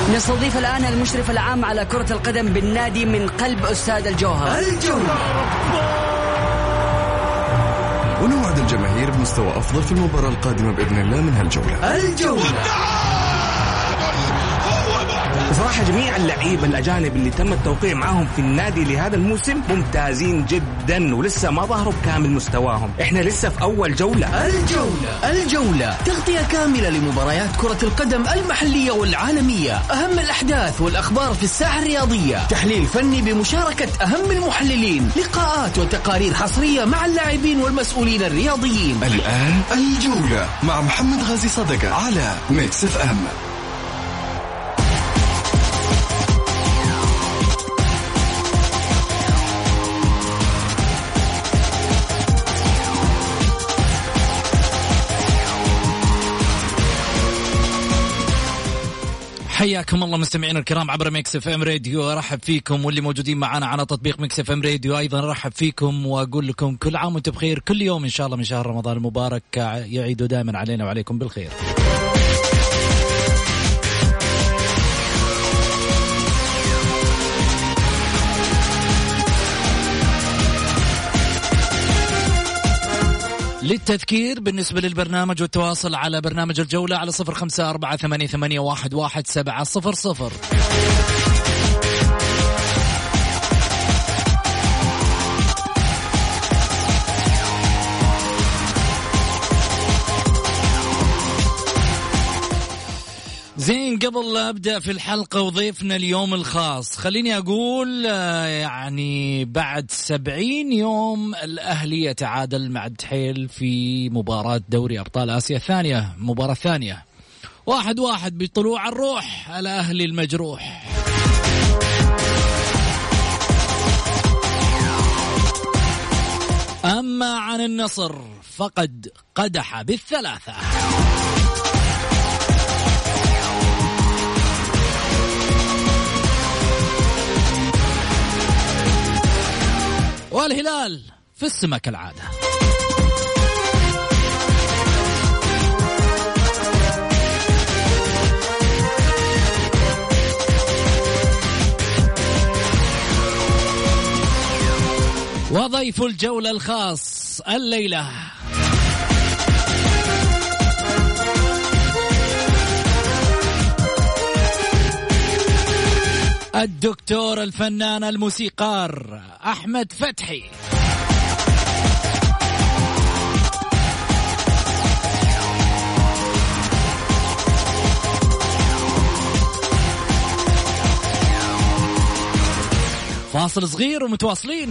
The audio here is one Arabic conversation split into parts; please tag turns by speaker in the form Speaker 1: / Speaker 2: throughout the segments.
Speaker 1: نستضيف الآن المشرف العام على كرة القدم بالنادي من قلب أستاذ الجوهر.
Speaker 2: الجولة، ونوعد الجماهير بمستوى أفضل في المباراة القادمة بإذن الله من هالجولة.
Speaker 1: الجولة.
Speaker 3: بصراحة جميع اللعيبة الأجانب اللي تم التوقيع معهم في النادي لهذا الموسم ممتازين جدا ولسه ما ظهروا بكامل مستواهم. احنا لسه في أول جولة.
Speaker 4: الجولة تغطية كاملة لمباريات كرة القدم المحلية والعالمية، أهم الأحداث والأخبار في الساحة الرياضية، تحليل فني بمشاركة أهم المحللين، لقاءات وتقارير حصرية مع اللاعبين والمسؤولين الرياضيين.
Speaker 2: الآن الجولة مع محمد غازي صدقة على ميكس اف ام.
Speaker 5: حياكم الله مستمعينا الكرام عبر ميكس اف ام راديو. ارحب فيكم واللي موجودين معنا على تطبيق ميكس اف ام راديو ايضا ارحب فيكم واقول لكم كل عام وانتم بخير. كل يوم ان شاء الله من شهر رمضان المبارك يعيد دائما علينا وعليكم بالخير. للتذكير بالنسبة للبرنامج والتواصل على برنامج الجولة على 0548811700. زين، قبل لا أبدأ في الحلقة وضيفنا اليوم الخاص، خليني أقول يعني بعد 70 يوم الأهلي يتعادل مع الدحيل في مباراة دوري أبطال آسيا الثانية، مباراة ثانية 1-1 بطلوع الروح الأهلي المجروح. أما عن النصر فقد قدح بالثلاثة. والهلال في السماء كالعادة. وضيف الجولة الخاص الليلة الدكتور الفنان الموسيقار أحمد فتحي. فاصل صغير ومتواصلين.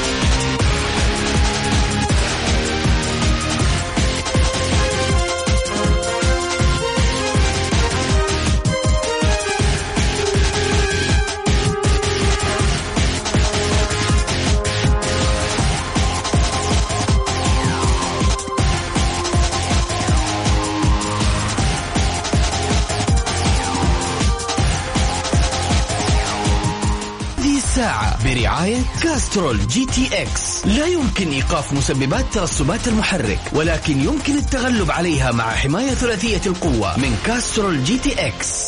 Speaker 4: ساعة برعاية كاسترول جي تي اكس. لا يمكن إيقاف مسببات ترسبات المحرك، ولكن يمكن التغلب عليها مع حماية ثلاثية القوة من كاسترول جي تي اكس.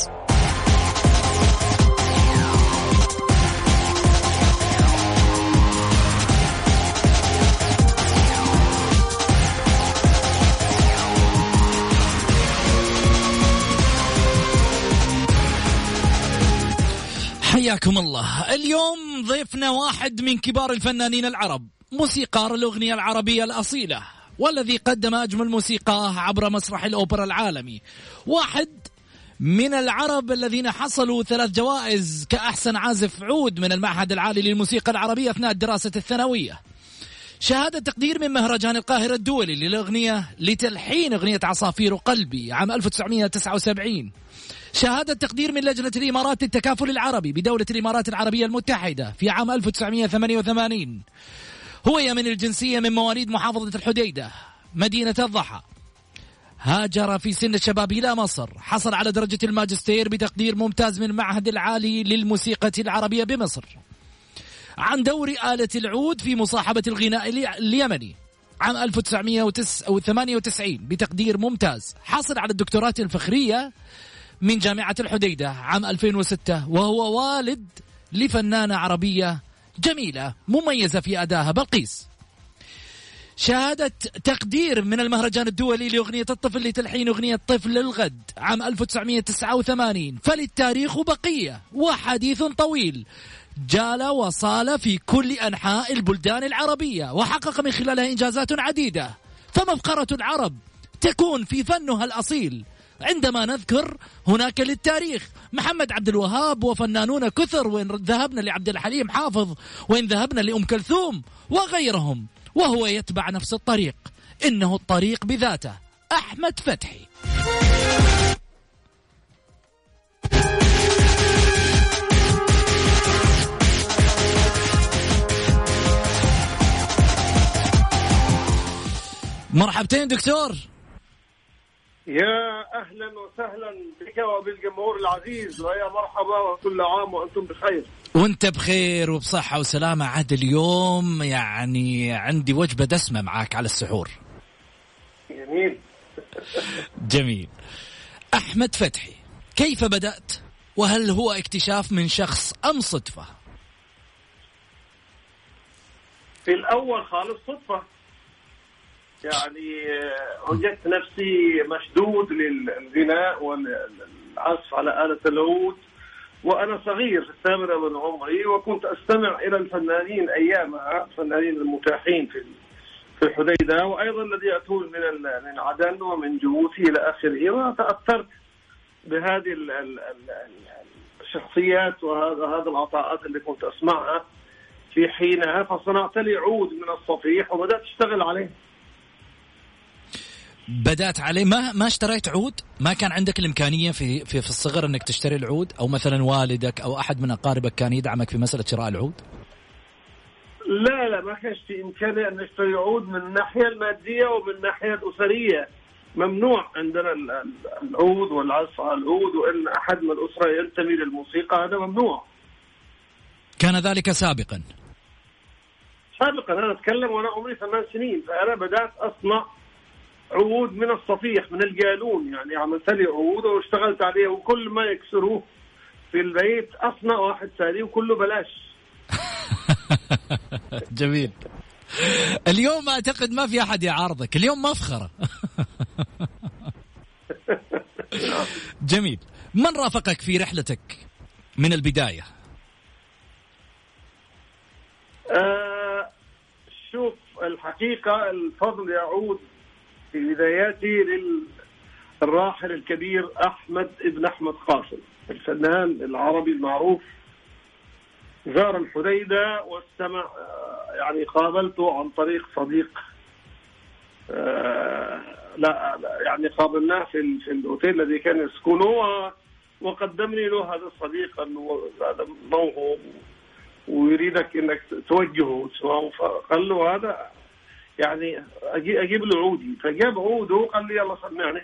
Speaker 5: حياكم الله. اليوم ضيفنا واحد من كبار الفنانين العرب، موسيقار الأغنية العربية الأصيلة، والذي قدم أجمل موسيقى عبر مسرح الأوبرا العالمي، واحد من العرب الذين حصلوا 3 جوائز كأحسن عازف عود من المعهد العالي للموسيقى العربية أثناء الدراسة الثانوية، شهادة تقدير من مهرجان القاهرة الدولي للأغنية لتلحين أغنية عصافير قلبي عام 1979، شهادة تقدير من لجنة الإمارات التكافل العربي بدولة الإمارات العربية المتحدة في عام 1988. هو يمني الجنسية من مواليد محافظة الحديدة مدينة الضحى، هاجر في سن الشباب إلى مصر، حصل على درجة الماجستير بتقدير ممتاز من المعهد العالي للموسيقى العربية بمصر عن دوري آلة العود في مصاحبة الغناء اليمني عام 1998 بتقدير ممتاز، حصل على الدكتوراه الفخرية من جامعة الحديدة عام 2006، وهو والد لفنانة عربية جميلة مميزة في أدائها، بلقيس. شهادة تقدير من المهرجان الدولي لأغنية الطفل لتلحين أغنية طفل للغد عام 1989. فللتاريخ بقية وحديث طويل جال وصال في كل أنحاء البلدان العربية، وحقق من خلالها إنجازات عديدة. فمفخرة العرب تكون في فنها الأصيل عندما نذكر هناك للتاريخ محمد عبد الوهاب وفنانون كثر، وإن ذهبنا لعبد الحليم حافظ، وإن ذهبنا لأم كلثوم وغيرهم، وهو يتبع نفس الطريق. إنه الطريق بذاته، أحمد فتحي. مرحبتين دكتور.
Speaker 6: يا أهلا وسهلا بك وبالجمهور العزيز، ويا مرحبا وكل عام وأنتم بخير.
Speaker 5: وانت بخير وبصحة وسلامة. عاد اليوم يعني عندي وجبة دسمة معاك على السحور.
Speaker 6: جميل.
Speaker 5: جميل. أحمد فتحي، كيف بدأت؟ وهل هو اكتشاف من شخص أم صدفة؟
Speaker 6: في الأول خالص صدفة، يعني وجدت نفسي مشدود للغناء والعزف على آلة العود وأنا صغير في 8 من عمري، وكنت أستمع إلى الفنانين أيامها، الفنانين المتاحين في الحديدة، وأيضا الذي يأتون من عدن ومن جيبوتي إلى آخره. وتأثرت بهذه الشخصيات وهذا العطاءات اللي كنت أسمعها في حينها، فصنعت لي عود من الصفيح وبدأت أشتغل عليه.
Speaker 5: بدأت عليه، ما اشتريت عود؟ ما كان عندك الإمكانية في الصغر أنك تشتري العود، أو مثلا والدك أو أحد من أقاربك كان يدعمك في مسألة شراء العود؟
Speaker 6: لا ما كانش في إمكاني أن نشتري عود من الناحية المادية ومن الناحية الأسرية. ممنوع عندنا العود والعزف على العود، وإن أحد من الأسرة ينتمي للموسيقى هذا ممنوع.
Speaker 5: كان ذلك سابقا.
Speaker 6: أنا أتكلم وأنا عمري 8 سنين، فأنا بدأت أصنع عود من الصفيح من الجالون، يعني عملت لي عود واشتغلت عليه، وكل ما يكسروه في البيت أصنع واحد ثاني وكله بلاش.
Speaker 5: جميل. اليوم أعتقد ما في أحد يعارضك، اليوم مفخرة. جميل. من رافقك في رحلتك من البداية؟
Speaker 6: شوف، الحقيقة الفضل يعود في بداياتي للراحل الكبير أحمد ابن أحمد قاسم، الفنان العربي المعروف. زار الحديدة واستمع، يعني قابلته عن طريق صديق، لا يعني قابلناه في الأوتيل الذي كان يسكنه، وقدمني له هذا الصديق أنه هذا موهوب ويريدك أنك توجهه، فقال له هذا يعني أجيب له عودي، فجاب عوده وقال لي يلا سمعني،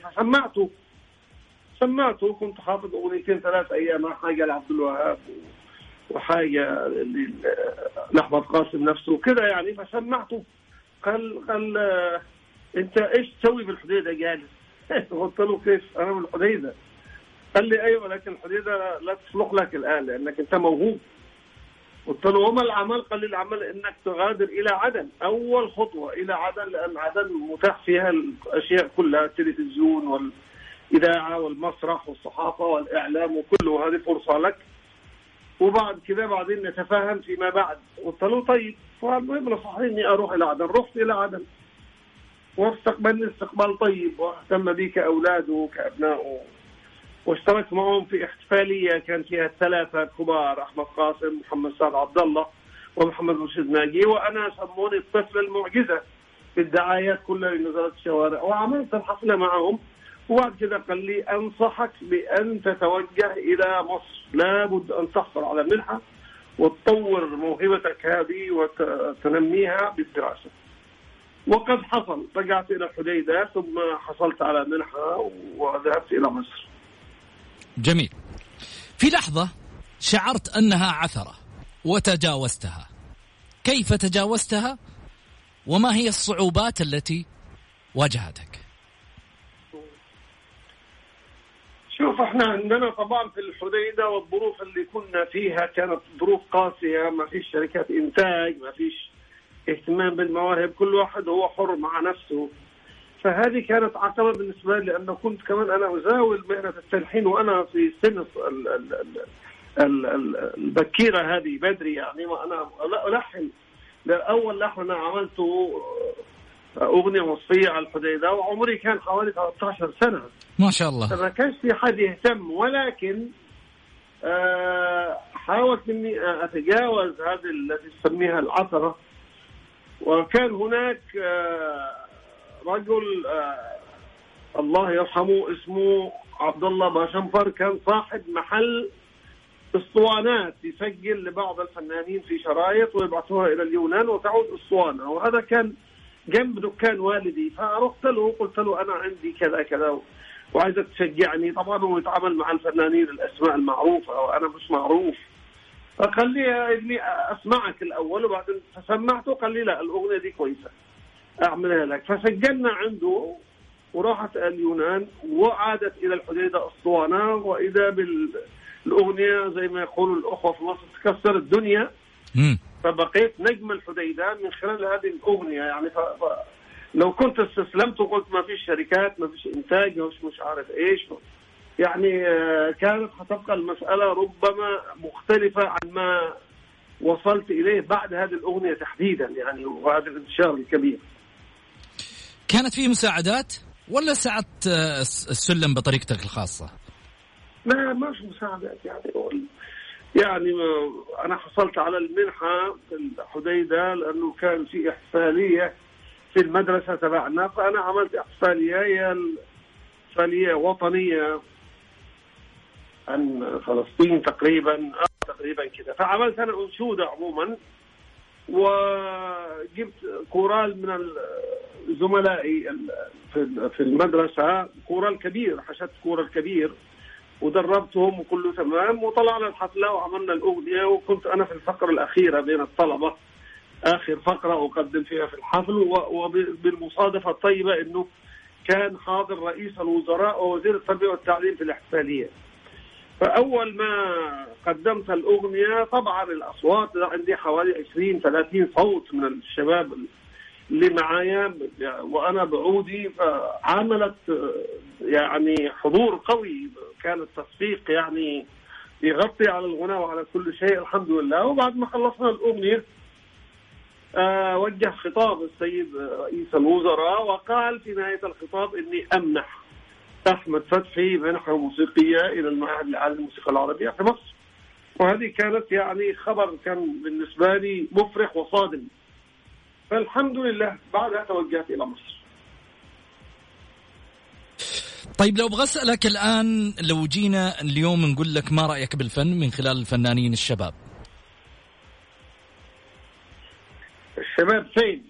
Speaker 6: فسمعته. كنت حافظ أغنيتين 3 أيام، حاجة لعبد الوهاب وحاجة لأحمد قاسم نفسه كده يعني، فسمعته. قال أنت إيش تسوي بالحديدة جالس؟ قلت له كيف أنا بالحديدة؟ قال لي أيوة، لكن الحديدة لا تصلح لك الآن لأنك أنت موهوب. قلت له وما العمل؟ قال لي العمل انك تغادر الى عدن، اول خطوه الى عدن، لان عدن متاح فيها الاشياء كلها، التلفزيون والاذاعه والمسرح والصحافه والاعلام وكله، هذه فرصه لك، وبعد كذا بعدين نتفاهم فيما بعد. قلت له طيب. فالمهم نصحني اروح الى عدن، رحت الى عدن واستقبلني استقبال طيب، واهتم بي كاولاده وكابنائه، واشتركت معهم في احتفالية كان فيها 3 كبار، أحمد قاسم، محمد سعد عبد الله، ومحمد رشيد ناجي، وأنا سموني الطفل المعجزة في الدعايات كلها اللي نزلت الشوارع، وعملت الحفلة معهم. وبعد كده قال لي أنصحك بأن تتوجه إلى مصر، لابد أن تحصل على منحة وتطور موهبتك هذه وتنميها بالدراسة. وقد حصل، رجعت إلى الحديدة ثم حصلت على منحة وذهبت إلى مصر.
Speaker 5: جميل. في لحظة شعرت أنها عثرة وتجاوزتها، كيف تجاوزتها وما هي الصعوبات التي واجهتك؟
Speaker 6: شوف، احنا عندنا طبعا في الحديدة والظروف اللي كنا فيها كانت ظروف قاسية، ما فيش شركات إنتاج، ما فيش اهتمام بالمواهب، كل واحد هو حر مع نفسه. فهذه كانت عقبة بالنسبة لي، لأنه كنت كمان أنا أزاول مهنة التلحين وأنا في سن البكيرة هذه بدري، يعني وأنا ألحن. أول لحن أنا عملته أغنية وصية على الحديدة وعمري كان حوالي 13 سنة
Speaker 5: ما شاء الله.
Speaker 6: فما كانش في حد يهتم، ولكن حاولت إني أتجاوز هذه التي تسميها العثرة. وكان هناك رجل الله يرحمه اسمه عبد الله باشنفر، كان صاحب محل اسطوانات، يسجل لبعض الفنانين في شرايط ويبعثوها إلى اليونان وتعود اسطوانة، وهذا كان جنب دكان والدي. فرحت له قلت له أنا عندي كذا كذا وعايزك تشجعني. طبعا هو يتعامل مع الفنانين الأسماء المعروفة وأنا مش معروف، فقال لي يا ابني أسمعك الأول، وبعدين فسمعته قال لي لا الأغنية دي كويسة أعملها لك. فسجلنا عنده وراحت اليونان وعادت إلى الحديدة اسطوانة، وإذا بالأغنية زي ما يقولوا الأخوة في مصر تكسر الدنيا. فبقيت نجم الحديدة من خلال هذه الأغنية يعني. لو كنت استسلمت وقلت ما فيش شركات، ما فيش إنتاج، مش عارف إيش، يعني كانت هتبقى المسألة ربما مختلفة عن ما وصلت إليه بعد هذه الأغنية تحديدا يعني، وهذا الانتشار الكبير.
Speaker 5: كانت فيه مساعدات ولا صعدت السلم بطريقتك الخاصة؟
Speaker 6: ماش مساعدات يعني أنا حصلت على المنحة في الحديدة لأنه كان في إحفالية في المدرسة تبعنا، فأنا عملت إحفالية وطنية عن فلسطين تقريبا كده. فعملت أنا أنشودة عموما، وجبت كورال من زملائي في المدرسة، كورال كبير، حشدت كورال كبير ودربتهم وكله تمام، وطلعنا الحفلة وعملنا الأغنية. وكنت أنا في الفقرة الأخيرة بين الطلبة، آخر فقرة أقدم فيها في الحفل. وبالمصادفة الطيبة أنه كان حاضر رئيس الوزراء ووزير التربية والتعليم في الاحتفالية. فأول ما قدمت الأغنية طبعا الأصوات عندي حوالي 20-30 صوت من الشباب اللي معايا وأنا بعودي، فعملت يعني حضور قوي، كان التصفيق يعني يغطي على الغناء وعلى كل شيء الحمد لله. وبعد ما خلصنا الأغنية وجه خطاب السيد رئيس الوزراء وقال في نهاية الخطاب إني أمنح أحمد فتحي منحة موسيقية إلى المعهد العالي للموسيقى العربية في مصر. وهذه كانت يعني خبر كان بالنسبة لي مفرح وصادم، فالحمد لله بعدها توجهت إلى مصر.
Speaker 5: طيب لو أبغى أسألك الآن، لو جينا اليوم نقول لك ما رأيك بالفن من خلال الفنانين الشباب؟
Speaker 6: الشباب فين؟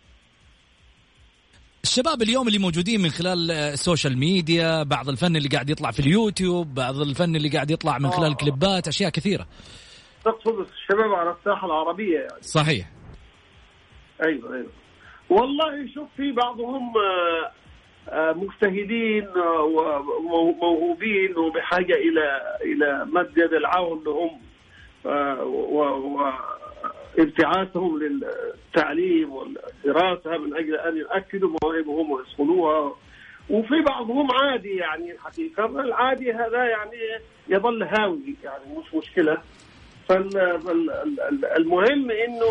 Speaker 5: الشباب اليوم اللي موجودين من خلال السوشيال ميديا، بعض الفن اللي قاعد يطلع في اليوتيوب، بعض الفن اللي قاعد يطلع من خلال كليبات، أشياء كثيرة.
Speaker 6: تقصد الشباب على الساحة العربية يعني؟
Speaker 5: صحيح.
Speaker 6: أيوة. والله شوف، في بعضهم مجتهدين وموهوبين وبحاجة إلى مد يد العون لهم وابتعاثهم للتعليم والدراسة من أجل أن يؤكدوا مواهبهم ويصقلوها. وفي بعضهم عادي يعني الحقيقة، العادي هذا يعني يظل هاوي يعني مش مشكلة. فالمهم إنه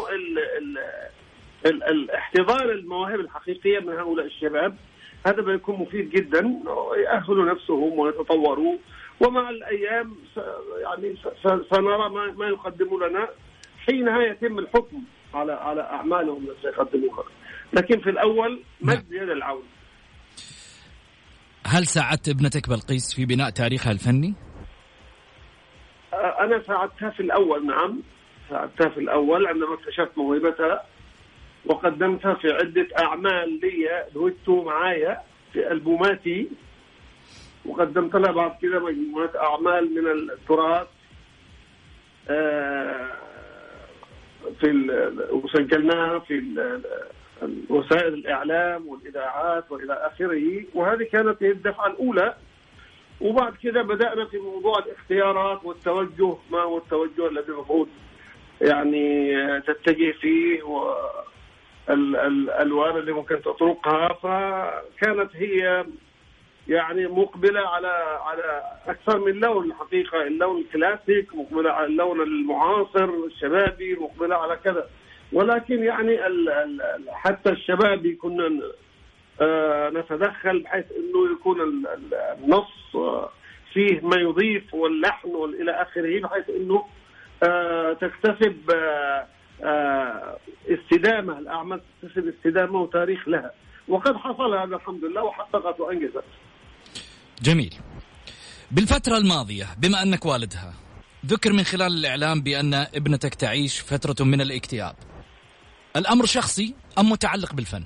Speaker 6: الاحتضان المواهب الحقيقية من هؤلاء الشباب هذا بيكون مفيد جدا، يأهلوا نفسهم ويتطوروا، ومع الأيام يعني سنرى ما يقدموا لنا، حينها يتم الحكم على أعمالهم التي يقدموها. لكن في الأول مد يد العون.
Speaker 5: هل ساعدت ابنتك بلقيس في بناء تاريخها الفني؟
Speaker 6: أنا ساعدتها في الأول، نعم ساعدتها في الأول عندما اكتشفت موهبتها، وقدمتها في عدة أعمال لي دويتو معايا في ألبوماتي، وقدمت لها بعد كده مجموعة أعمال من التراث وسجلناها في وسائل الإعلام والإذاعات وإلى آخره. وهذه كانت هي الدفعة الأولى وبعد كده بدأنا في موضوع الاختيارات والتوجه، ما هو التوجه الذي المفروض يعني تتجه فيه والألوان اللي ممكن تطرقها. فكانت هي يعني مقبلة على أكثر من لون الحقيقة، اللون الكلاسيك، مقبلة على اللون المعاصر الشبابي، مقبلة على كذا. ولكن يعني حتى الشبابي كنا نتدخل بحيث أنه يكون النص فيه ما يضيف واللحن والى آخره، بحيث أنه تكتسب استدامة، الأعمال تكتسب استدامة وتاريخ لها، وقد حصل هذا الحمد لله وحققت وأنجزت.
Speaker 5: جميل. بالفترة الماضية بما أنك والدها، ذكر من خلال الإعلام بأن ابنتك تعيش فترة من الاكتئاب، الأمر شخصي أم متعلق بالفن؟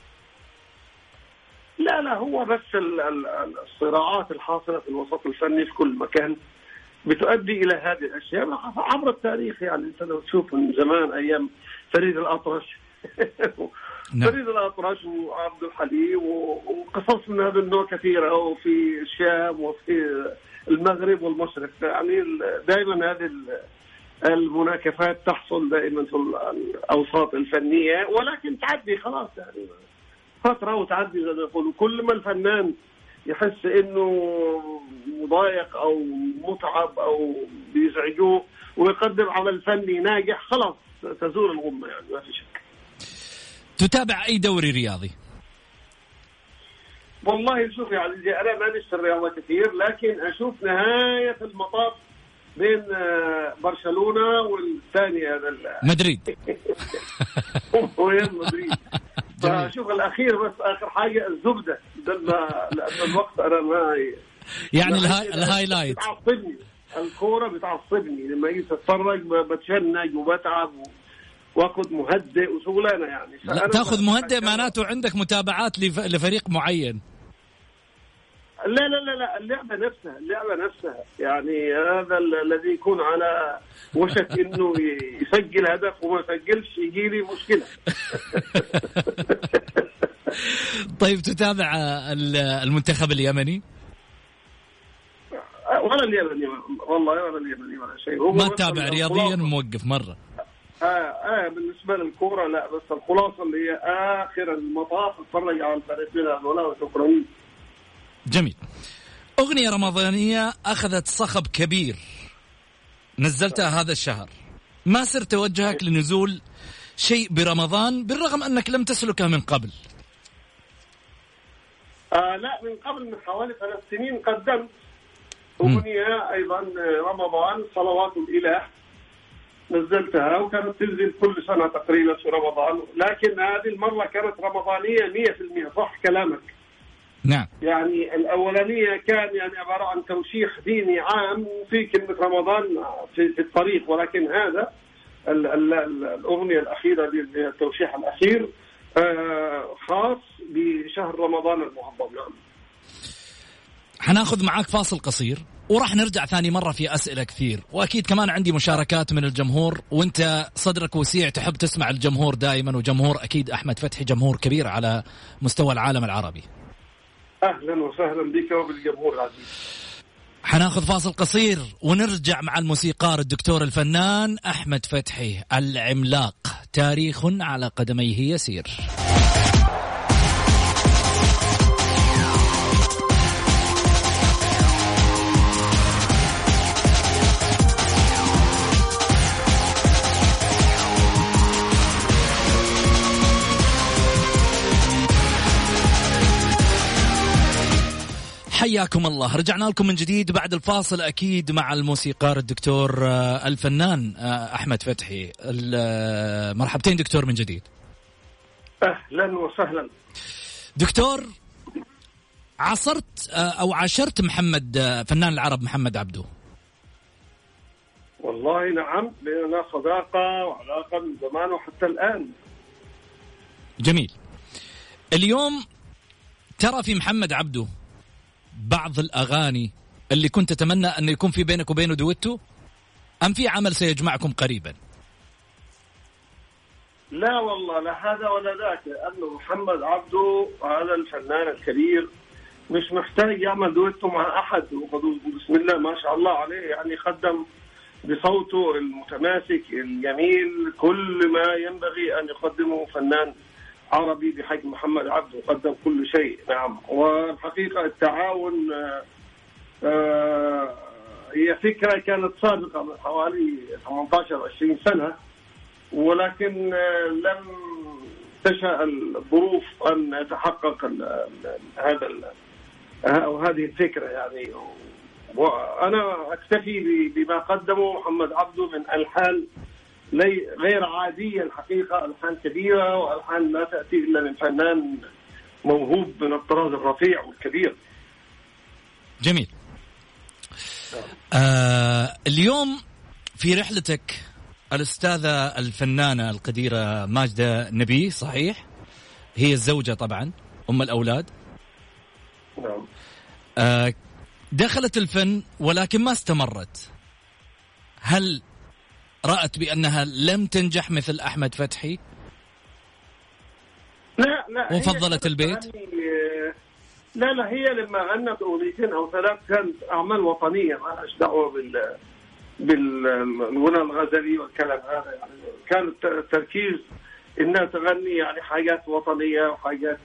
Speaker 6: لا هو بس الصراعات الحاصلة في الوسط الفني في كل مكان بتؤدي إلى هذه الأشياء عبر التاريخ. يعني أنت لو تشوف من زمان أيام فريد الأطرش فريد الأطرش وعبد الحليم وقصص من هذا النوع كثيرة، وفي الشام وفي المغرب والمشرق. يعني دائما هذه المناكفات تحصل دائما في الأوساط الفنية، ولكن تعدي خلاص يعني فترة وتعدي زي ما يقولوا. كل ما الفنان يحس إنه مضايق أو متعب أو بيزعجوه ويقدم عمل فني ناجح، خلاص تزول الغمة، يعني ما في شك.
Speaker 5: تتابع أي دوري رياضي؟
Speaker 6: والله شوف يعني أنا ما نشتري الرياضة كثير، لكن أشوف نهاية المطاف بين برشلونة والثاني هذا
Speaker 5: مدريد.
Speaker 6: وريال مدريد. فشوف الأخير بس آخر حاجة الزبدة، لأن الوقت أنا ما
Speaker 5: يعني الهايلايت
Speaker 6: بتعصبني، الكورة بتعصبني لما يجي تتفرج، بتشنج وبتعب واخذ مهدئ وشغلانه يعني.
Speaker 5: لا تاخذ مهدئ معناته عندك متابعات لفريق معين.
Speaker 6: لا اللعبة نفسها يعني هذا الذي يكون على وشك انه يسجل هدف وما يسجلش يجي لي مشكلة.
Speaker 5: طيب تتابع المنتخب اليمني؟
Speaker 6: ولا اليمني والله، ولا اليمني ولا شيء.
Speaker 5: ما تتابع رياضيا موقف مرة؟
Speaker 6: بالنسبة للكورة لا، بس الخلاصة اللي هي آخر المطاف اتفرج على الفريقين هذولا وشكرا.
Speaker 5: جميل. أغنية رمضانية أخذت صخب كبير نزلتها هذا الشهر، ما صرت توجهك لنزول شيء برمضان بالرغم أنك لم تسلكه من قبل؟
Speaker 6: لا من قبل، من حوالي 3 سنين قدمت أغنية أيضا رمضان صلوات الإله، نزلتها وكانت تنزل كل سنة تقريبا في رمضان، لكن هذه المرة كانت رمضانية 100%. صح كلامك.
Speaker 5: نعم.
Speaker 6: يعني الأولانية كان يعني عبارة عن توشيح ديني عام وفي كلمة رمضان في الطريق، ولكن هذا الأغنية الأخيرة للتوشيح الأخير خاص بشهر رمضان المعظم. نعم.
Speaker 5: حناخذ معاك فاصل قصير وراح نرجع ثاني مرة في أسئلة كثير، وأكيد كمان عندي مشاركات من الجمهور، وانت صدرك وسيع تحب تسمع الجمهور دائما، وجمهور أكيد أحمد فتحي جمهور كبير على مستوى العالم العربي.
Speaker 6: أهلا وسهلا بك وبالجمهور العزيز.
Speaker 5: حناخذ فاصل قصير ونرجع مع الموسيقار الدكتور الفنان أحمد فتحي العملاق، تاريخ على قدميه يسير. حياكم الله، رجعنا لكم من جديد بعد الفاصل أكيد مع الموسيقار الدكتور الفنان أحمد فتحي. مرحبتين دكتور من جديد.
Speaker 6: أهلا وسهلا
Speaker 5: دكتور. عاصرت أو عاشرت فنان العرب محمد عبده؟
Speaker 6: والله نعم، بيننا صداقة وعلاقة من زمان وحتى الآن.
Speaker 5: جميل. اليوم ترى في محمد عبده بعض الأغاني اللي كنت تتمنى أن يكون في بينك وبينه دويتو، أم في عمل سيجمعكم قريبا؟
Speaker 6: لا والله لا هذا ولا ذاك، لأنه محمد عبده هذا الفنان الكبير مش محتاج يعمل دويتو مع أحد، بسم الله ما شاء الله عليه، يعني قدم بصوته المتماسك الجميل كل ما ينبغي أن يقدمه فنان عربي بحجم محمد عبده، قدم كل شيء. نعم، والحقيقة التعاون هي فكرة كانت سابقة من حوالي 18-20 سنة، ولكن لم تشاء الظروف أن يتحقق هذه الفكرة يعني. وأنا أكتفي بما قدمه محمد عبده من ألحان غير عادية الحقيقة، ألحان كبيرة وألحان لا تأتي إلا من فنان موهوب من الطراز الرفيع والكبير.
Speaker 5: جميل. اليوم في رحلتك الأستاذة الفنانة القديرة ماجدة نبي، صحيح؟ هي الزوجة طبعا، أم الأولاد.
Speaker 6: نعم.
Speaker 5: دخلت الفن ولكن ما استمرت. هل رأت بأنها لم تنجح مثل أحمد فتحي؟
Speaker 6: لا
Speaker 5: وفضلت البيت؟
Speaker 6: لا هي لما غنت أغنيتين أو 3 كانت أعمال وطنية، ما لهاش دعوة بالغنى الغزلي والكلام هذا. يعني كان التركيز إنها تغني يعني حاجات وطنية وحاجات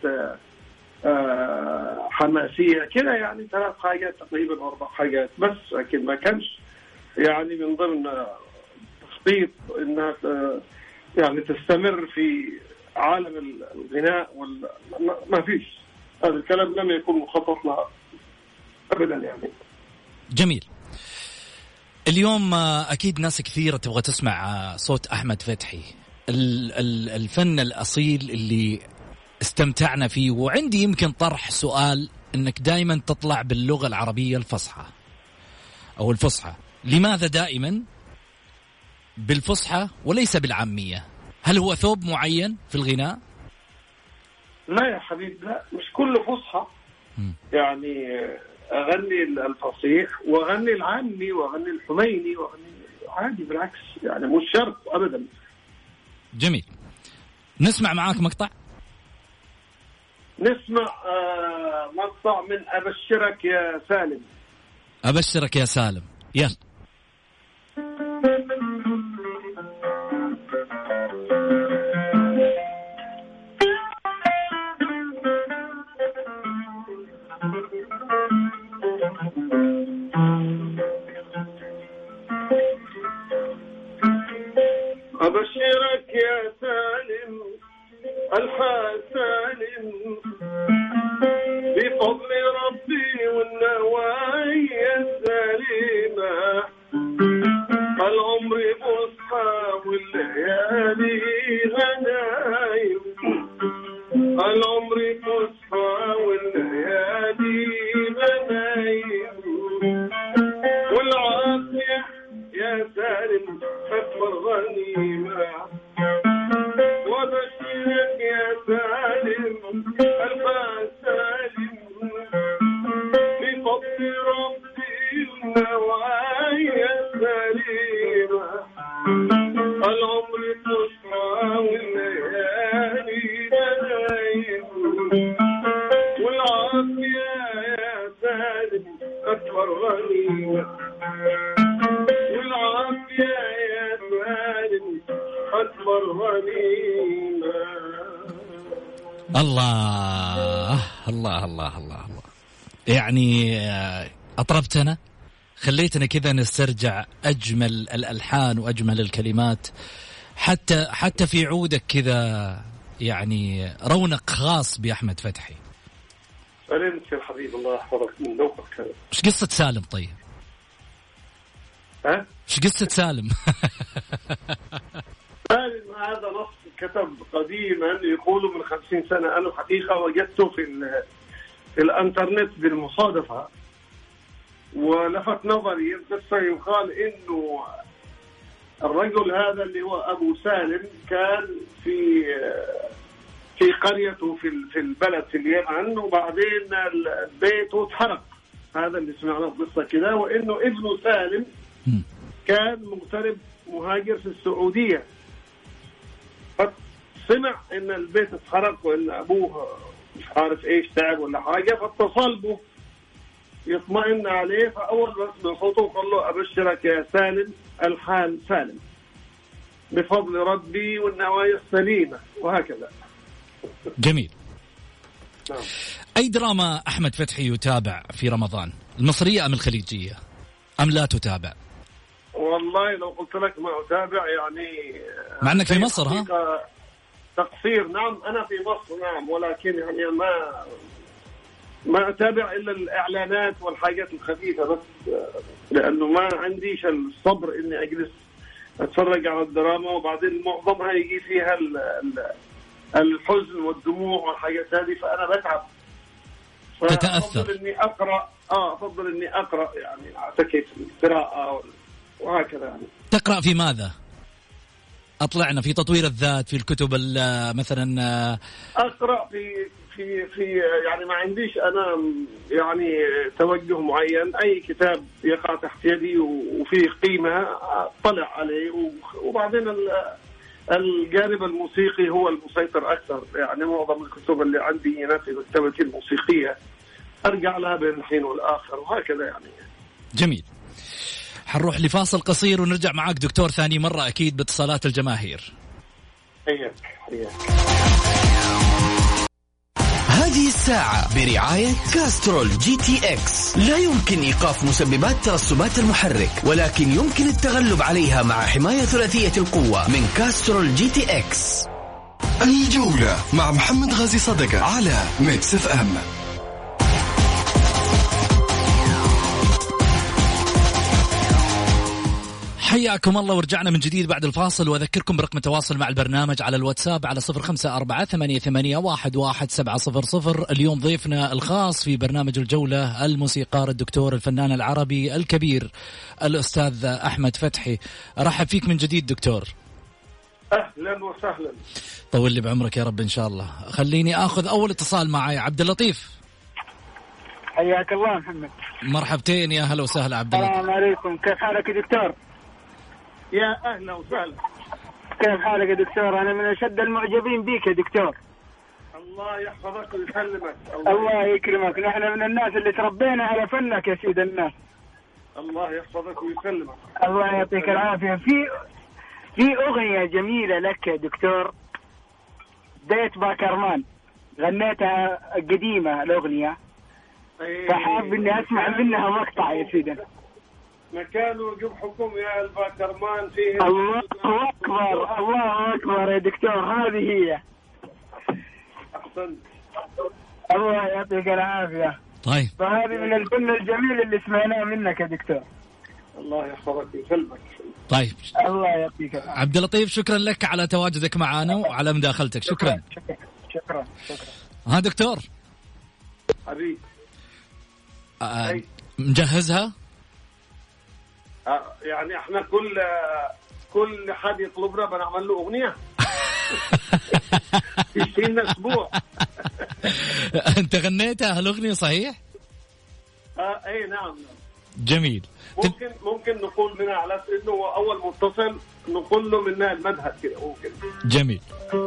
Speaker 6: حماسية كده، يعني 3 حاجات تقريبا 4 حاجات بس، لكن ما كانش يعني من ضمن تخطيط إنها يعني تستمر في عالم الغناء ما فيش، هذا الكلام لم يكن مخطط لها أبدا يعني.
Speaker 5: جميل. اليوم أكيد ناس كثيرة تبغى تسمع صوت أحمد فتحي، الفن الأصيل اللي استمتعنا فيه. وعندي يمكن طرح سؤال، إنك دائما تطلع باللغة العربية الفصحى أو الفصحى، لماذا دائما بالفصحى وليس بالعامية؟ هل هو ثوب معين في الغناء؟
Speaker 6: لا يا حبيب، لا، مش كله فصحى. يعني أغني الفصيح وأغني العامي وأغني الحميني وأغني عادي، بالعكس يعني مش شرط أبدا.
Speaker 5: جميل. نسمع معاك مقطع؟
Speaker 6: نسمع مقطع من أبشرك يا سالم.
Speaker 5: أبشرك يا سالم، يلا.
Speaker 6: أبشرك يا سالم الحال سالم بفضل ربي والنوايا السليمة، العمر بصحى والليالي غنايم، العمر بصحى والليالي غنايم، والعافية يا سالم أكبر غنيمة، وبشرك يا سالم الحال سالم بفضل ربي والنوايا السليمة، العمر تصحى والليالي غنايم، والعافية يا سالم أكبر غنيمة، والعافية يا سالم أكبر غنيمة.
Speaker 5: الله الله الله الله الله، يعني أطربتنا، خليتنا كذا نسترجع أجمل الألحان وأجمل الكلمات، حتى في عودك كذا يعني رونق خاص بأحمد فتحي.
Speaker 6: سلمت يا حبيب، الله يحفظك من ذوقك.
Speaker 5: إيش قصة سالم طيب؟ إيش قصة سالم؟
Speaker 6: سالم هذا نص كتب قديما يقولوا من 50 سنة، أنا الحقيقة وجدته في الانترنت بالمصادفة، ولفت نظري القصة. يقال إنه الرجل هذا اللي هو أبو سالم كان في قريته في البلد في اليمن، وبعدين بيته اتحرق، هذا اللي سمعناه القصة كده. وإنه ابنه سالم كان مغترب مهاجر في السعودية، سمع إن البيت اتحرق وإن أبوه مش عارف ايش تعب ولا حاجة، فاتصل به يطمئن عليه. فأول بس بصوته قال له أبشرك يا سالم، الحال سالم بفضل ربي والنوايا السليمة، وهكذا.
Speaker 5: جميل.
Speaker 6: نعم.
Speaker 5: أي دراما أحمد فتحي يتابع في رمضان، المصرية أم الخليجية أم لا تتابع؟
Speaker 6: والله لو قلت لك ما أتابع يعني
Speaker 5: مع أنك في مصر. ها
Speaker 6: تقصير. نعم أنا في مصر، نعم، ولكن يعني ما أتابع إلا الإعلانات والحاجات الخفيفة بس، لأنه ما عنديش الصبر إني أجلس أتفرج على الدراما، وبعدين معظمها يجي فيها الحزن والدموع والحاجات هذه، فأنا بتعب.
Speaker 5: تتأثر.
Speaker 6: أفضل إني أقرأ يعني أعتكف القراءة وهكذا يعني.
Speaker 5: تقرأ في ماذا؟ أطلعنا في تطوير الذات، في الكتب مثلا. أقرأ
Speaker 6: في يعني ما عنديش أنا يعني توجه معين، أي كتاب يقع تحت يدي وفيه قيمة أطلع عليه، وبعدين الجانب الموسيقي هو المسيطر أكثر. يعني معظم الكتب اللي عندي هنا في مكتبتي الموسيقية أرجع لها بين الحين والآخر، وهكذا يعني.
Speaker 5: جميل. حنروح لفاصل قصير ونرجع معاك دكتور ثاني مرة أكيد باتصالات الجماهير.
Speaker 6: حياك.
Speaker 4: هذه الساعة برعاية كاسترول جي تي اكس. لا يمكن إيقاف مسببات ترسبات المحرك، ولكن يمكن التغلب عليها مع حماية ثلاثية القوة من كاسترول جي تي اكس.
Speaker 2: الجولة مع محمد غازي صدقة على ميكس اف ام.
Speaker 5: حياكم الله ورجعنا من جديد بعد الفاصل، وأذكركم برقم التواصل مع البرنامج على الواتساب على 0548811700. اليوم ضيفنا الخاص في برنامج الجولة الموسيقار الدكتور الفنان العربي الكبير الأستاذ أحمد فتحي. أرحب فيك من جديد دكتور.
Speaker 6: أهلا وسهلا.
Speaker 5: طول لي بعمرك يا رب إن شاء الله. خليني أخذ أول اتصال معي. عبد اللطيف.
Speaker 7: حياك الله محمد.
Speaker 5: مرحبتين، يا هلا وسهلا عبد اللطيف.
Speaker 7: السلام عليكم، كيف حالك يا دكتور؟
Speaker 6: يا أهلا وسهلا.
Speaker 7: كيف حالك يا دكتور؟ أنا من أشد المعجبين بيك يا دكتور.
Speaker 6: الله يحفظك ويسلمك.
Speaker 7: الله يكرمك، نحن من الناس اللي تربينا على فنك يا سيد الناس.
Speaker 6: الله يحفظك ويسلمك.
Speaker 7: الله يعطيك العافية. في أغنية جميلة لك يا دكتور، ديت باكرمان، غنيتها قديمة الأغنية، فحاب إني أسمع منها مقطع يا سيدنا.
Speaker 6: مكان وجوبكم يا الباكرمان فيه.
Speaker 7: الله أكبر، الله أكبر يا دكتور، هذه هي.
Speaker 6: أحسن.
Speaker 7: الله يعطيك العافية.
Speaker 5: طيب.
Speaker 7: فهذه من الفن الجميل اللي سمعناه منك يا دكتور.
Speaker 6: الله يحفظك ويسلمك.
Speaker 5: طيب.
Speaker 7: الله يعطيك العافية.
Speaker 5: عبد اللطيف شكرا لك على تواجدك معنا وعلى مداخلتك. شكرا. ها دكتور.
Speaker 6: حبيبي.
Speaker 5: مجهزها؟
Speaker 6: يعني احنا كل حد يطلبنا بنعمل له اغنيه. في اسبوع.
Speaker 5: انت غنيتها الاغنيه صحيح؟
Speaker 6: اي نعم.
Speaker 5: جميل.
Speaker 6: ممكن نقول منها على اساس انه هو اول متصل نقول له منها المذهب كده ممكن.
Speaker 5: جميل.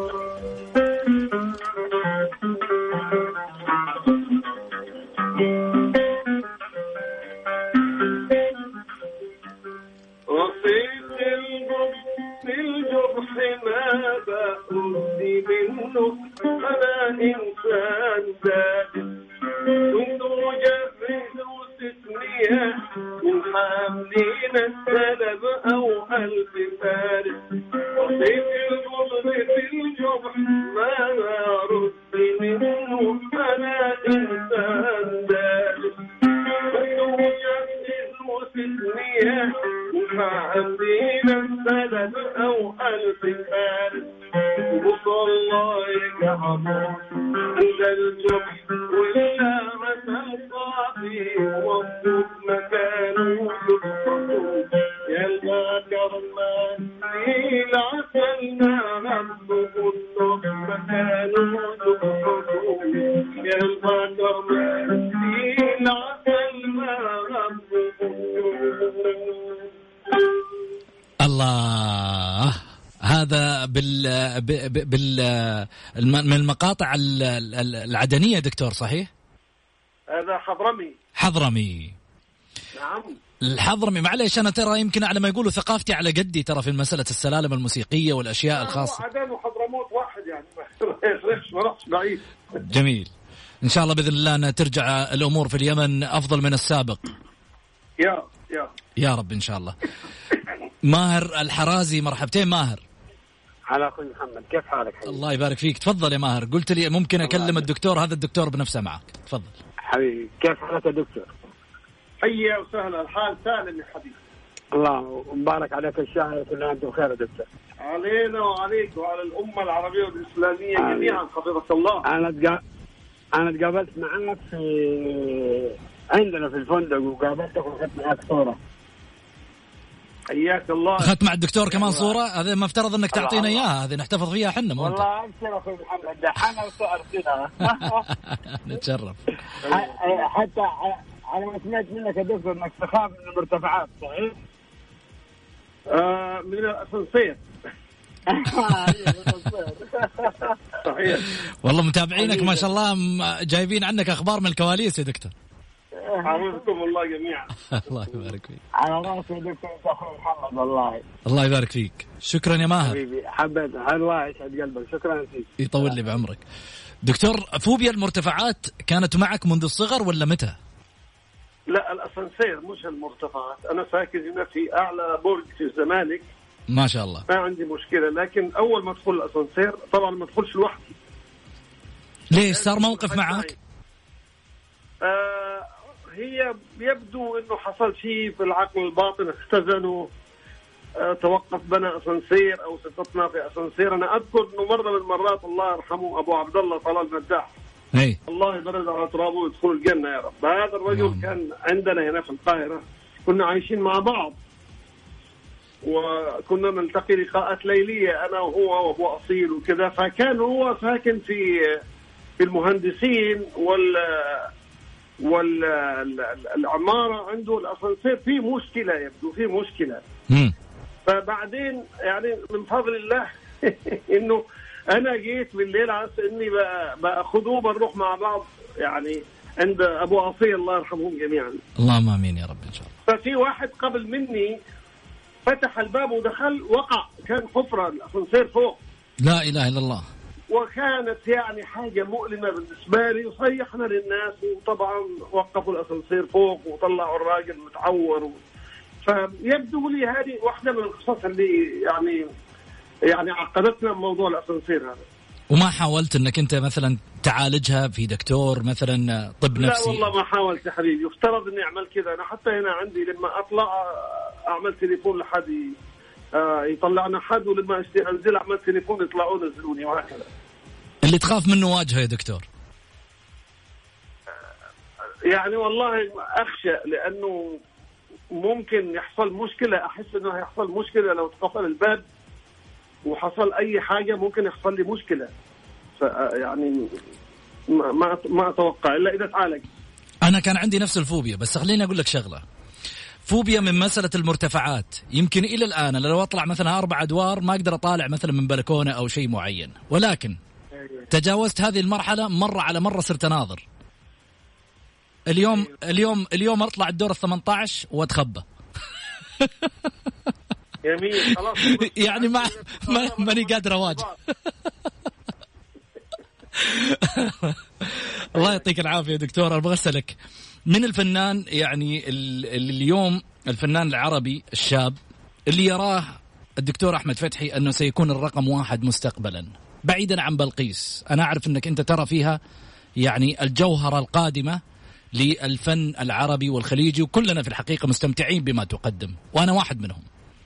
Speaker 6: ماذا أرضي منه أنا إنسان ذاتي كنت أجرد تسمية من حاملين السلب أو ألف فارس وصيف البغض في الجبح ماذا أرضي منه أنا إنسان ذاتي كنت أجرد تسمية من حاملين السلب أو ألف فارس مصلايك حمام إلى الجبح وإلا مثل صافي وصف مكانه يا الباكرمان إلى عسلنا نبض الصف مكانه يا الباكرمان إلى عسلنا نبض.
Speaker 5: الله، هذا من المقاطع العدنية دكتور صحيح؟
Speaker 6: هذا
Speaker 5: حضرمي.
Speaker 6: نعم
Speaker 5: الحضرمي. معليش أنا ترى يمكن على ما يقولوا ثقافتي على قدي ترى في مسألة السلالم الموسيقية والأشياء الخاصة.
Speaker 6: عدن وحضرموت واحد يعني ما رحش بعيد.
Speaker 5: جميل. إن شاء الله بإذن الله أن ترجع الأمور في اليمن أفضل من السابق. يا رب إن شاء الله. ماهر الحرازي، مرحبتين ماهر.
Speaker 7: على أخوي محمد، كيف حالك حبيبي؟
Speaker 5: الله يبارك فيك. تفضل يا ماهر. قلت لي ممكن أكلم الدكتور، هذا الدكتور بنفسه معك. تفضل
Speaker 7: حبيبي. كيف حالك يا دكتور؟
Speaker 6: حيا وسهلا. الحال سالم يا حبيبي.
Speaker 7: الله مبارك عليك الشهر، كلنا أنتم بخير يا دكتور.
Speaker 6: علينا وعليك وعلى الأمة العربية والإسلامية جميعا حفظك الله.
Speaker 7: أنا تقابلت معك عندنا في الفندق وقابلتك وأخذت معك صورة.
Speaker 6: حياك الله.
Speaker 5: أخذت مع الدكتور كمان صورة؟ هذا ما افترض أنك تعطينا إياها، هذه نحتفظ فيها حنا.
Speaker 7: والله أبشر أخوي محمد، دحنا وصور فينا.
Speaker 5: نتشرف.
Speaker 7: حتى على ما سمعت منك يا دكتور انك تخاف من المرتفعات، صحيح؟
Speaker 6: من الأسانسير. صحيح.
Speaker 5: والله متابعينك ما شاء الله، جايبين عنك أخبار من الكواليس يا دكتور.
Speaker 6: حفظكم الله جميعا.
Speaker 5: الله يبارك فيك.
Speaker 7: على راسي دكتور أخوي محمد والله.
Speaker 5: الله يبارك فيك. شكرا يا ماهر
Speaker 7: حبيبي، حبيت الله يسعد قلبك. شكرا فيك.
Speaker 5: يطول لي بعمرك. دكتور، فوبيا المرتفعات كانت معك منذ الصغر ولا متى؟
Speaker 6: لا الأسانسير مش المرتفعات. أنا ساكن هنا في أعلى برج في الزمالك
Speaker 5: ما شاء الله،
Speaker 6: ما عندي مشكلة، لكن أول ما أدخل الأسانسير طبعا ما أدخلش لوحدي.
Speaker 5: ليش صار موقف معك؟
Speaker 6: هي يبدو إنه حصل شيء في العقل الباطن، اختزنوا، توقف بنا أسانسير أو سقطنا في أسانسير. أنا أذكر إنه مرة من المرات الله يرحمه أبو عبد الله طلال مداح، الله يبرد على ترابه ويدخل الجنة يا رب. هذا الرجل كان عندنا هنا في القاهرة، كنا عايشين مع بعض وكنا نلتقي لقاءات ليلية أنا وهو وأبو أصيل وكذا. فكان هو ساكن في المهندسين والعمارة عنده الأسانسير فيه مشكلة، يبدو فيه مشكلة. فبعدين يعني من فضل الله إنه أنا جيت بالليل على إني بأخذوه بنروح مع بعض يعني عند أبو أصيل الله يرحمهم جميعا.
Speaker 5: اللهم آمين يا رب إن شاء الله.
Speaker 6: ففي واحد قبل مني فتح الباب ودخل، وقع، كان حفرة الأسانسير فوق.
Speaker 5: لا إله إلا الله.
Speaker 6: وكانت يعني حاجة مؤلمة بالنسبة لي، وصيحنا للناس وطبعا وقفوا الأسانسير فوق وطلعوا الراجل متعور. فيبدو لي هذه واحدة من القصص اللي يعني عقدتنا موضوع الأسانسير هذا.
Speaker 5: وما حاولت انك انت مثلا تعالجها في دكتور مثلا طب نفسي؟
Speaker 6: لا والله ما حاولت يا حبيبي. يفترض اني اعمل كذا. انا حتى هنا عندي لما اطلع اعمل تليفون لحد يطلعنا حد، ولما انزل اعمل تليفون يطلعون ينزلوني وهكذا.
Speaker 5: اللي تخاف منه واجهه يا دكتور؟
Speaker 6: يعني والله اخشى، لانه ممكن يحصل مشكلة. احس انه هيحصل مشكلة لو اتقفل الباب وحصل اي حاجة، ممكن يحصل لي مشكلة. يعني ما اتوقع الا اذا تعالج.
Speaker 5: انا كان عندي نفس الفوبيا، بس خليني اقول لك شغلة. فوبيا من مسألة المرتفعات. يمكن الى الان لو اطلع مثلا 4 أدوار ما اقدر اطالع مثلا من بلكونة او شيء معين، ولكن تجاوزت هذه المرحلة مرة على مرة، صرت اناظر. اليوم اطلع الدور 18 واتخبى.
Speaker 6: جميل خلاص.
Speaker 5: يعني ماني قادر اواجه. الله يعطيك العافية دكتور. ابغى اسالك من الفنان يعني اليوم الفنان العربي الشاب اللي يراه الدكتور أحمد فتحي أنه سيكون الرقم 1 مستقبلا بعيدا عن بلقيس. أنا أعرف أنك أنت ترى فيها يعني الجوهرة القادمة للفن العربي والخليجي، وكلنا في الحقيقة مستمتعين بما تقدم، وأنا واحد منهم.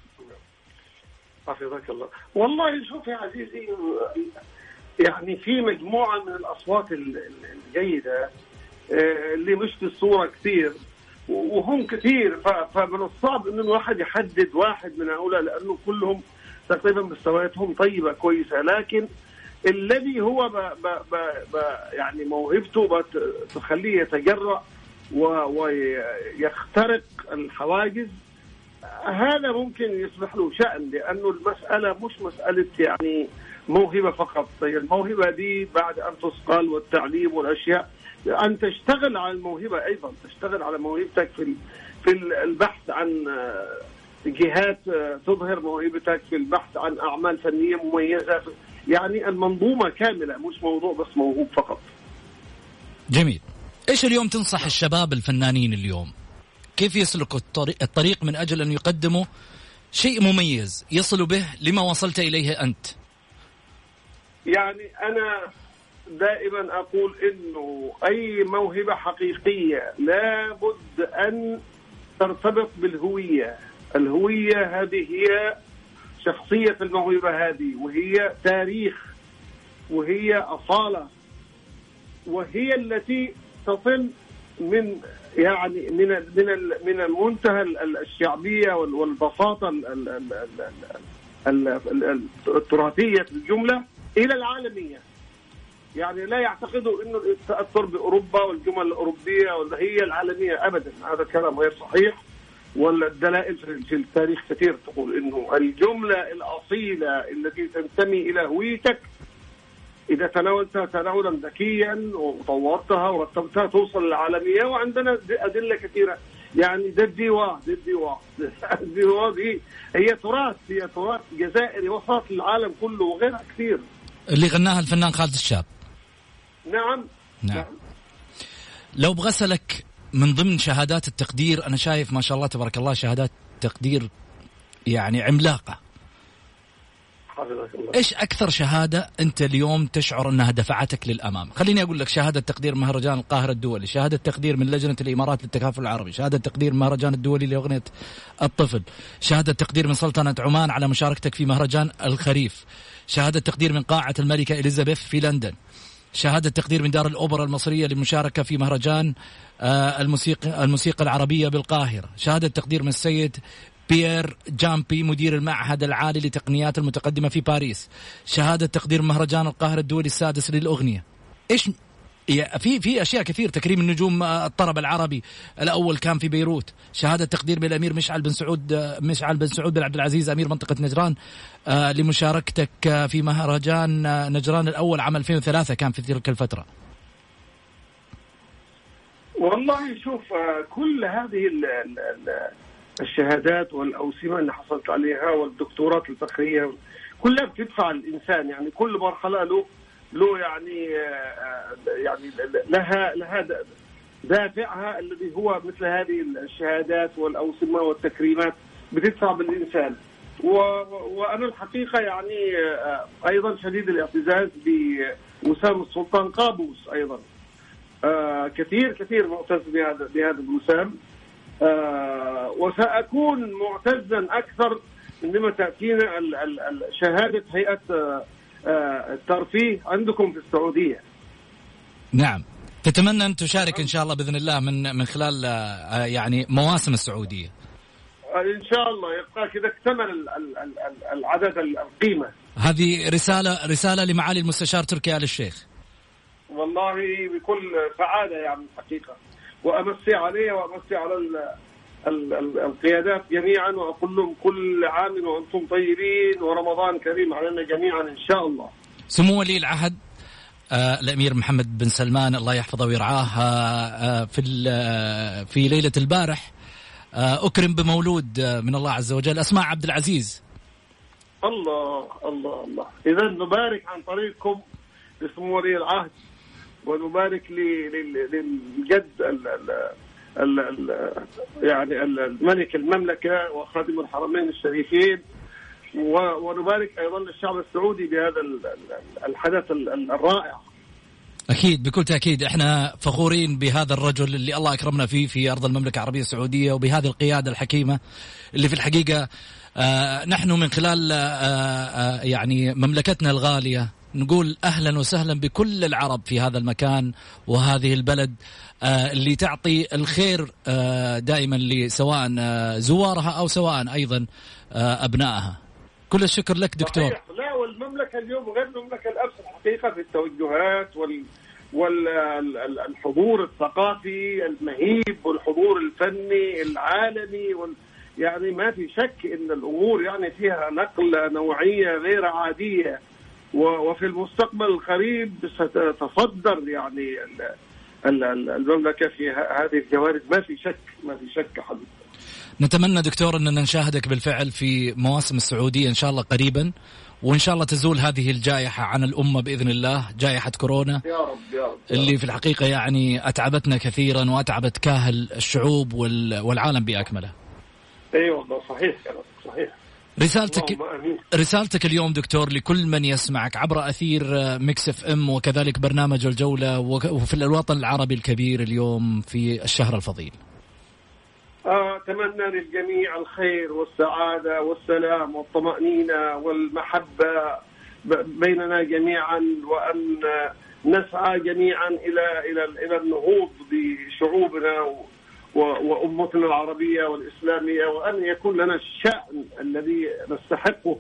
Speaker 6: حفظك الله. والله شوف يا عزيزي، يعني في مجموعة من الأصوات الجيدة اللي مش في الصورة كثير، وهم كثير. فمن الصعب إنه الواحد يحدد واحد من هؤلاء، لأنه كلهم تقريبا مستوياتهم طيبة كويسة. لكن الذي هو يعني موهبته تخليه يتجرأ ويخترق الحواجز، هذا ممكن يصبح له شأن، لأنه المسألة مش مسألة يعني موهبة فقط. الموهبة دي بعد أن تثقل والتعليم والأشياء، أن تشتغل على الموهبة أيضا، تشتغل على موهبتك في البحث عن جهات تظهر موهبتك، في البحث عن أعمال فنية مميزة، يعني المنظومة كاملة، مش موضوع بس موهوب فقط.
Speaker 5: جميل. إيش اليوم تنصح الشباب الفنانين اليوم كيف يسلكوا الطريق من أجل أن يقدموا شيء مميز يصلوا به لما وصلت إليه أنت؟
Speaker 6: يعني أنا دائما أقول إنه أي موهبة حقيقية لابد أن ترتبط بالهوية. الهوية هذه هي شخصية الموهبة هذه، وهي تاريخ، وهي أصالة، وهي التي تصل من يعني من المنتهى الشعبية والبساطة التراثية في الجملة إلى العالمية. يعني لا يعتقدوا إنه التأثر بأوروبا والجمل الأوروبية ولا هي العالمية أبدا، هذا الكلام غير صحيح. والدلائل في التاريخ كثير تقول إنه الجملة الأصيلة التي تنتمي إلى هويتك إذا تناولتها تناولا ذكيا وطورتها ورتبتها توصل للعالمية. وعندنا أدلة كثيرة، يعني الديوا دي هي تراث جزائري وصلت للعالم كله وغيرها كثير،
Speaker 5: اللي غناها الفنان خالد الشاب.
Speaker 6: نعم.
Speaker 5: لو بغسلك من ضمن شهادات التقدير، أنا شايف ما شاء الله تبارك الله شهادات تقدير يعني عملاقة. إيش أكثر شهادة أنت اليوم تشعر أنها دفعتك للأمام؟ خليني أقول لك: شهادة تقدير مهرجان القاهرة الدولي، شهادة تقدير من لجنة الإمارات للتكافل العربي، شهادة تقدير من مهرجان الدولي لأغنية الطفل، شهادة تقدير من سلطنة عمان على مشاركتك في مهرجان الخريف، شهادة تقدير من قاعة الملكة إليزابيث في لندن، شهادة تقدير من دار الأوبرا المصرية للمشاركة في مهرجان الموسيقى العربية بالقاهرة، شهادة تقدير من السيد بيير جامبي مدير المعهد العالي لتقنيات المتقدمة في باريس، شهادة تقدير مهرجان القاهرة الدولي السادس للأغنية. إيش في أشياء كثير. تكريم النجوم الطرب العربي الأول كان في بيروت، شهادة تقدير من الأمير مشعل بن سعود بن عبد العزيز أمير منطقة نجران لمشاركتك في مهرجان نجران الأول عام 2003 كان في تلك الفترة.
Speaker 6: والله شوف، كل هذه الشهادات والأوسمة اللي حصلت عليها والدكتورات الفخرية كلها بتدفع الإنسان، يعني كل مرحلة له يعني لها دافعها الذي هو مثل هذه الشهادات والأوسمة والتكريمات بتدفع بالإنسان. وأنا الحقيقة يعني أيضا شديد الاعتزاز بوسام السلطان قابوس أيضا، كثير معتز بهذا الوسام، وسأكون معتزا أكثر عندما تأتينا شهادة هيئة الترفيه عندكم في السعودية.
Speaker 5: نعم، تتمنى أن تشارك إن شاء الله بإذن الله من خلال يعني مواسم السعودية
Speaker 6: إن شاء الله، يبقى كذا اكتمل العدد القيمة.
Speaker 5: هذه رسالة لمعالي المستشار تركي آل الشيخ.
Speaker 6: والله بكل سعادة يعني الحقيقة، وأمسي عليه وأمسي على القيادات جميعا، وأقول لهم كل عام وأنتم طيبين ورمضان كريم علينا جميعا إن شاء الله.
Speaker 5: سمو ولي العهد الأمير محمد بن سلمان الله يحفظه ويرعاه في ليلة البارح أكرم بمولود من الله عز وجل اسماء عبد العزيز.
Speaker 6: الله الله الله. إذا نبارك عن طريقكم لسمو ولي العهد، ونبارك للجد يعني الملك المملكة وخادم الحرمين الشريفين، ونبارك أيضا للشعب السعودي بهذا الحدث الرائع.
Speaker 5: أكيد بكل تأكيد احنا فخورين بهذا الرجل اللي الله أكرمنا فيه في أرض المملكة العربية السعودية، وبهذه القيادة الحكيمة اللي في الحقيقة نحن من خلال يعني مملكتنا الغالية نقول أهلا وسهلا بكل العرب في هذا المكان وهذه البلد اللي تعطي الخير دائما سواء زوارها أو سواء أيضا أبنائها. كل الشكر لك دكتور.
Speaker 6: لا، والمملكة اليوم غير المملكة الأمس الحقيقة في التوجهات والحضور الثقافي المهيب والحضور الفني العالمي يعني ما في شك ان الامور يعني فيها نقله نوعيه غير عاديه، وفي المستقبل القريب ستتصدر يعني المملكه في هذه الجوانب، ما في شك حبيبي.
Speaker 5: نتمنى دكتور أننا نشاهدك بالفعل في مواسم السعودية إن شاء الله قريبا، وإن شاء الله تزول هذه الجائحة عن الأمة بإذن الله، جائحة كورونا
Speaker 6: يا رب يا رب
Speaker 5: اللي في الحقيقة يعني أتعبتنا كثيرا وأتعبت كاهل الشعوب والعالم بأكمله.
Speaker 6: أيوة والله صحيح صحيح.
Speaker 5: رسالتك اليوم دكتور لكل من يسمعك عبر أثير ميكس اف ام وكذلك برنامج الجولة وفي الوطن العربي الكبير اليوم في الشهر الفضيل.
Speaker 6: أتمنى للجميع الخير والسعادة والسلام والطمأنينة والمحبة بيننا جميعا، وأن نسعى جميعا إلى النهوض بشعوبنا وأمتنا العربية والإسلامية، وأن يكون لنا الشأن الذي نستحقه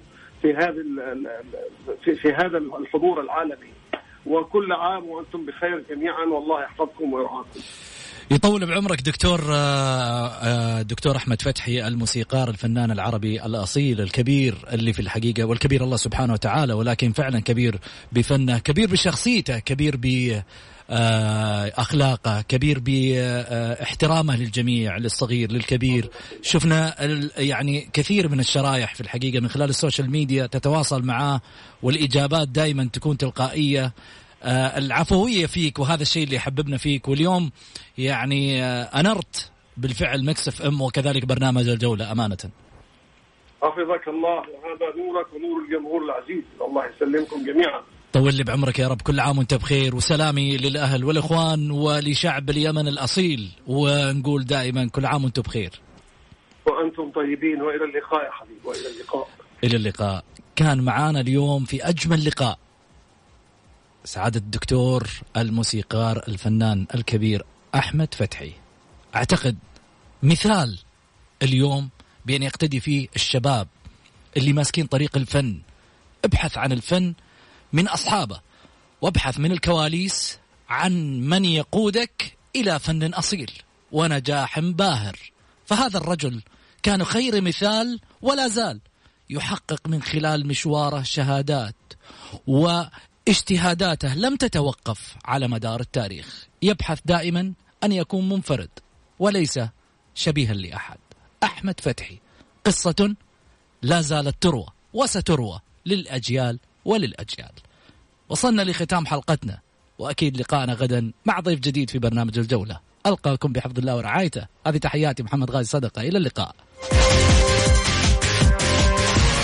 Speaker 6: في هذا الحضور العالمي. وكل عام وأنتم بخير جميعا، والله يحفظكم ويرعاكم.
Speaker 5: يطول بعمرك دكتور أحمد فتحي، الموسيقار الفنان العربي الأصيل الكبير، اللي في الحقيقة والكبير الله سبحانه وتعالى، ولكن فعلا كبير بفنه، كبير بشخصيته، كبير بأخلاقه، كبير باحترامه للجميع، للصغير للكبير. شفنا يعني كثير من الشرايح في الحقيقة من خلال السوشيال ميديا تتواصل معاه، والإجابات دائما تكون تلقائية، العفوية فيك، وهذا الشيء اللي يحببنا فيك. واليوم يعني أنرت بالفعل ميكس اف ام وكذلك برنامج الجولة أمانة.
Speaker 6: حفظك الله، وهذا نورك ونور الجمهور العزيز، الله يسلمكم جميعا.
Speaker 5: طول لي بعمرك يا رب، كل عام وانت بخير، وسلامي للأهل والإخوان ولشعب اليمن الأصيل، ونقول دائما كل عام وانتم بخير
Speaker 6: وأنتم طيبين، وإلى اللقاء يا حبيبي، وإلى اللقاء.
Speaker 5: إلى اللقاء. كان معانا اليوم في أجمل لقاء سعادة الدكتور الموسيقار الفنان الكبير أحمد فتحي. أعتقد مثال اليوم بأن يقتدي فيه الشباب اللي ماسكين طريق الفن. ابحث عن الفن من أصحابه، وابحث من الكواليس عن من يقودك إلى فن أصيل ونجاح باهر. فهذا الرجل كان خير مثال ولا زال يحقق من خلال مشواره شهادات واجتهاداته لم تتوقف على مدار التاريخ. يبحث دائما أن يكون منفرد وليس شبيها لأحد. أحمد فتحي قصة لا زالت تروى وستروى للأجيال وللأجيال. وصلنا لختام حلقتنا، وأكيد لقاءنا غدا مع ضيف جديد في برنامج الجولة. ألقاكم بحفظ الله ورعايته. هذه تحياتي محمد غازي صدقة، إلى اللقاء.